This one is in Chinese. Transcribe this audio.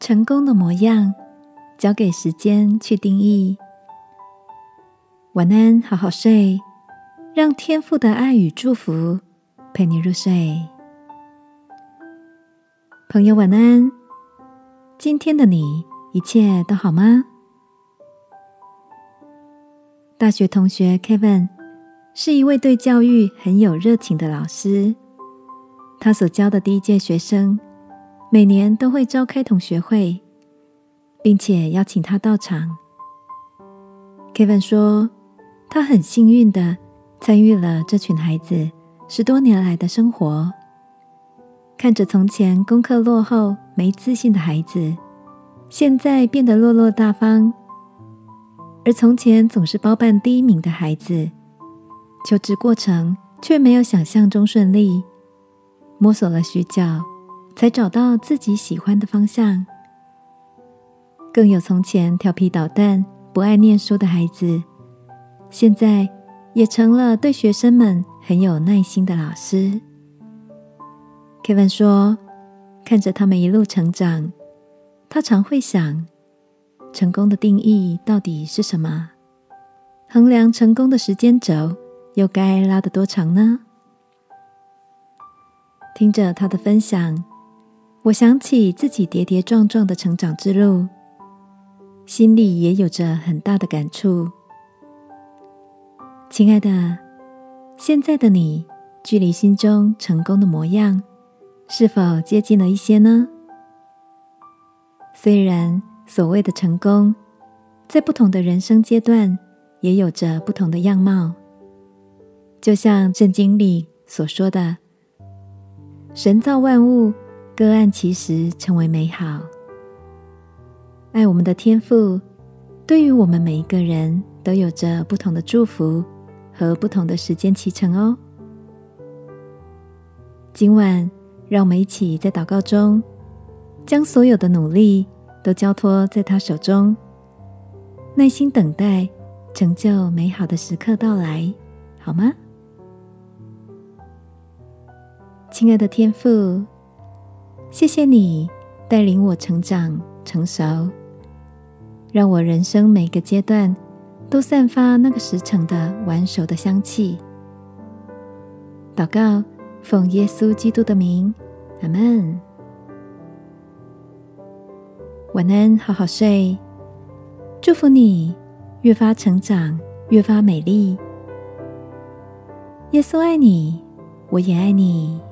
成功的模样交给时间去定义。晚安，好好睡，让天父的爱与祝福陪你入睡。朋友晚安，今天的你一切都好吗？大学同学 Kevin 是一位对教育很有热情的老师，他所教的第一届学生每年都会召开同学会，并且邀请他到场。 Kevin 说，他很幸运地参与了这群孩子10多年来的生活，看着从前功课落后没自信的孩子现在变得落落大方，而从前总是包办第1名的孩子求职过程却没有想象中顺利，摸索了许久才找到自己喜欢的方向。更有从前调皮捣蛋不爱念书的孩子，现在也成了对学生们很有耐心的老师。 Kevin 说，看着他们一路成长，他常会想，成功的定义到底是什么？衡量成功的时间轴又该拉得多长呢？听着他的分享，我想起自己跌跌撞撞的成长之路，心里也有着很大的感触。亲爱的，现在的你距离心中成功的模样是否接近了一些呢？虽然所谓的成功在不同的人生阶段也有着不同的样貌，就像圣经里所说的，神造万物各按其时成为美好。爱我们的天父对于我们每一个人都有着不同的祝福和不同的时间期程哦。今晚让我们一起在祷告中将所有的努力都交托在他手中，耐心等待成就美好的时刻到来，好吗？亲爱的天父，谢谢你带领我成长成熟，让我人生每个阶段都散发那个10成的完熟的香气。祷告奉耶稣基督的名，阿们。晚安，好好睡，祝福你越发成长，越发美丽。耶稣爱你，我也爱你。